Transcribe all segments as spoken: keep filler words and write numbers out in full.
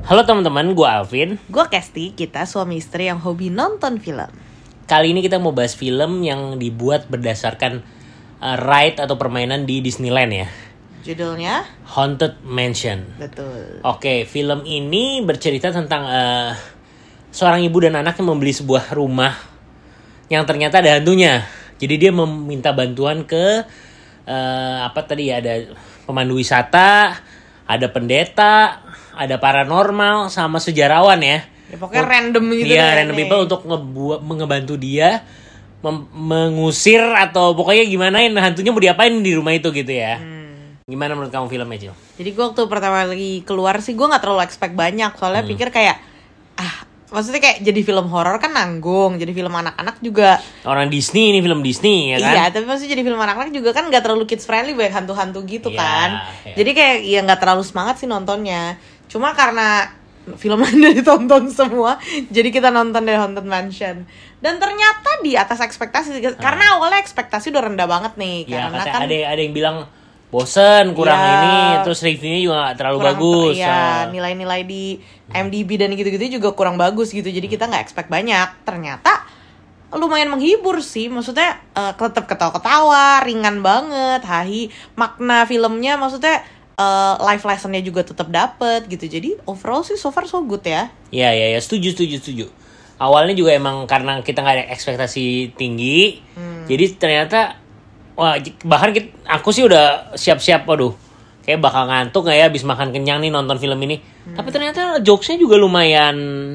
Halo teman-teman, gue Alvin. Gue Kesti, kita suami istri yang hobi nonton film. Kali ini kita mau bahas film yang dibuat berdasarkan uh, ride atau permainan di Disneyland ya. Judulnya? Haunted Mansion. Betul. Oke, film ini bercerita tentang uh, seorang ibu dan anak yang membeli sebuah rumah yang ternyata ada hantunya. Jadi dia meminta bantuan ke uh, apa tadi ya, ada pemandu wisata, ada pendeta, ada paranormal sama sejarawan ya. Ya pokoknya oh, random gitu. Iya, random nih. People untuk ngebuat ngebantu dia mem- mengusir atau pokoknya gimanain hantunya mau diapain di rumah itu gitu ya. Hmm. Gimana menurut kamu filmnya, Cil? Jadi gue waktu pertama kali keluar sih gue nggak terlalu expect banyak, soalnya hmm. pikir kayak ah maksudnya kayak jadi film horor kan nanggung, jadi film anak-anak juga. Orang Disney, ini film Disney ya kan? Iya, tapi maksudnya jadi film anak-anak juga kan nggak terlalu kids friendly, banyak hantu-hantu gitu yeah, kan. Yeah. Jadi kayak ya nggak terlalu semangat sih nontonnya. Cuma karena film lain udah ditonton semua, jadi kita nonton dari Haunted Mansion. Dan ternyata di atas ekspektasi, hmm. karena awalnya ekspektasi udah rendah banget nih. Ya, karena kan ada ada yang bilang bosen, kurang ya, ini, terus reviewnya juga gak terlalu kurang, bagus. Iya, uh. nilai-nilai di I M D B dan gitu-gitu juga kurang bagus gitu. Jadi kita nggak expect banyak. Ternyata lumayan menghibur sih. Maksudnya uh, tetap ketawa-ketawa, ringan banget, hahi. Makna filmnya maksudnya Uh, life lessonnya juga tetap dapet gitu. Jadi overall sih so far so good ya. Iya iya ya, setuju setuju setuju. Awalnya juga emang karena kita nggak ada ekspektasi tinggi, hmm. jadi ternyata wah bahkan kita, aku sih udah siap-siap, waduh kayak bakal ngantuk nggak ya abis makan kenyang nih nonton film ini. Hmm. Tapi ternyata jokesnya juga lumayan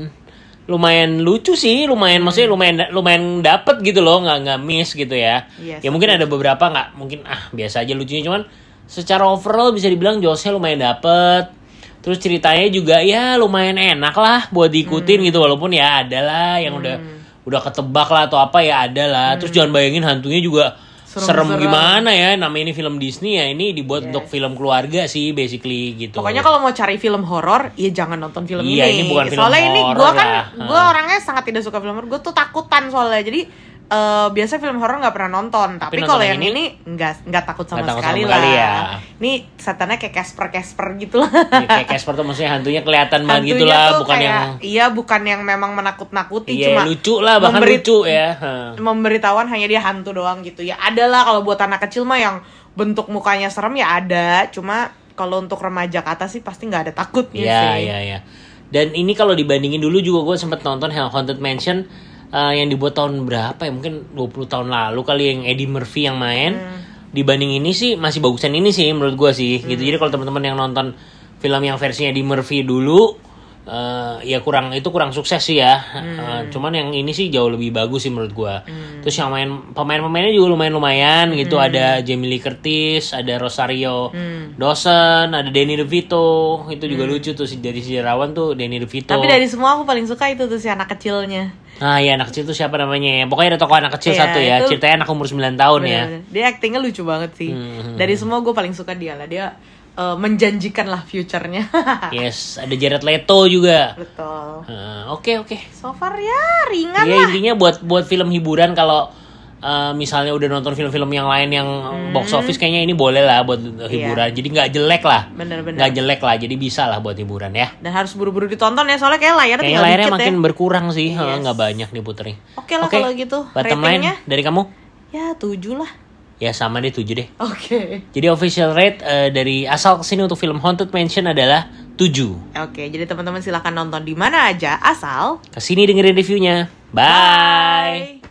lumayan lucu sih, lumayan hmm. maksudnya lumayan lumayan dapet gitu loh, nggak nggak miss gitu ya. Yes, ya mungkin ada beberapa nggak mungkin ah biasa aja lucunya, cuman secara overall bisa dibilang jokesnya lumayan dapet. Terus ceritanya juga ya lumayan enak lah buat diikutin hmm. gitu. Walaupun ya ada lah yang hmm. udah udah ketebak lah atau apa ya ada lah. Hmm. Terus jangan bayangin hantunya juga serem, serem gimana ya. Namanya ini film Disney ya. Ini dibuat yes. untuk film keluarga sih basically gitu. Pokoknya kalau mau cari film horor, ya jangan nonton film iya, ini. Ini bukan film soalnya horor ini gue kan gue hmm. orangnya sangat tidak suka film horor. Gue tuh takutan soalnya. Jadi Uh, biasa film horor nggak pernah nonton, tapi, tapi kalau yang ini, ini nggak nggak takut sama takut sekali sama lah. Ya. Ini setannya kayak Casper Casper gitu lah. Ya, kayak Casper tuh maksudnya hantunya kelihatan banget gitu lah, bukan kayak, yang iya bukan yang memang menakut-nakuti, iya, cuma lucu lah bahkan memberi, lucu ya. Hmm. Memberitahuan hanya dia hantu doang gitu. Ya ada lah kalau buat anak kecil mah yang bentuk mukanya serem ya ada, cuma kalau untuk remaja ke atas sih pasti nggak ada takutnya ya, sih. Iya iya. Dan ini kalau dibandingin dulu juga gue sempet nonton Haunted Mansion. Uh, yang dibuat tahun berapa ya, mungkin dua puluh tahun lalu kali, yang Eddie Murphy yang main. hmm. Dibanding ini sih masih bagusan ini sih menurut gue sih. hmm. Gitu. Jadi kalau teman-teman yang nonton film yang versinya Eddie Murphy dulu uh, ya kurang itu kurang sukses sih ya. hmm. uh, Cuman yang ini sih jauh lebih bagus sih menurut gue. hmm. Terus yang main pemain-pemainnya juga lumayan-lumayan gitu. hmm. Ada Jamie Lee Curtis, ada Rosario hmm. Dawson, ada Danny DeVito. Itu juga hmm. lucu tuh dari sejarawan tuh Danny DeVito. Tapi dari semua aku paling suka itu tuh si anak kecilnya. Nah ya anak kecil tuh siapa namanya ya? Pokoknya ada tokoh anak kecil yeah, satu ya. Ceritanya anak umur sembilan tahun bener, ya. Dia aktingnya lucu banget sih. Hmm. Dari semua gue paling suka dia lah. Dia uh, menjanjikan lah future-nya. Yes, ada Jared Leto juga. Betul. Oke uh, oke. Okay, okay. So far ya ringan ya, lah. Intinya buat buat film hiburan kalau uh, misalnya udah nonton film-film yang lain yang hmm. box office, kayaknya ini boleh lah buat hiburan. Yeah. Jadi nggak jelek lah. Bener-bener. Nggak jelek lah. Jadi bisa lah buat hiburan ya. Dan harus buru-buru ditonton ya, soalnya kayak layarnya tinggal layarnya dikit makin ya. berkurang sih, yes. nggak banyak diputerin. Oke lah okay, kalau gitu. Bottom line dari kamu? Ya tujuh lah. Ya sama deh, tujuh deh. Oke. Okay. Jadi official rate uh, dari asal kesini untuk film Haunted Mansion adalah tujuh. Oke, okay, jadi teman-teman silakan nonton di mana aja asal kesini dengerin reviewnya. Bye. Bye.